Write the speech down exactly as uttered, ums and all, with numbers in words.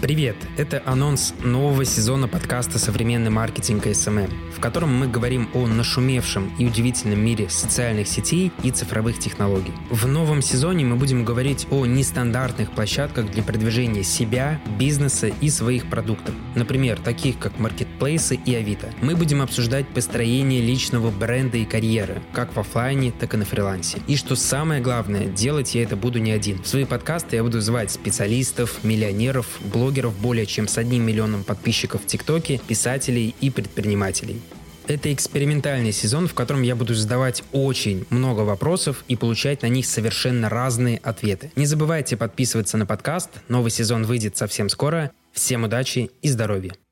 Привет! Это анонс нового сезона подкаста «Современный маркетинг и эс эм эм», в котором мы говорим о нашумевшем и удивительном мире социальных сетей и цифровых технологий. В новом сезоне мы будем говорить о нестандартных площадках для продвижения себя, бизнеса и своих продуктов. Например, таких как маркетплейсы и Авито. Мы будем обсуждать построение личного бренда и карьеры, как в офлайне, так и на фрилансе. И что самое главное, делать я это буду не один. В свои подкасты я буду звать специалистов, миллионеров, блогеров, более чем с одним миллионом подписчиков в ТикТоке, писателей и предпринимателей. Это экспериментальный сезон, в котором я буду задавать очень много вопросов и получать на них совершенно разные ответы. Не забывайте подписываться на подкаст, новый сезон выйдет совсем скоро. Всем удачи и здоровья!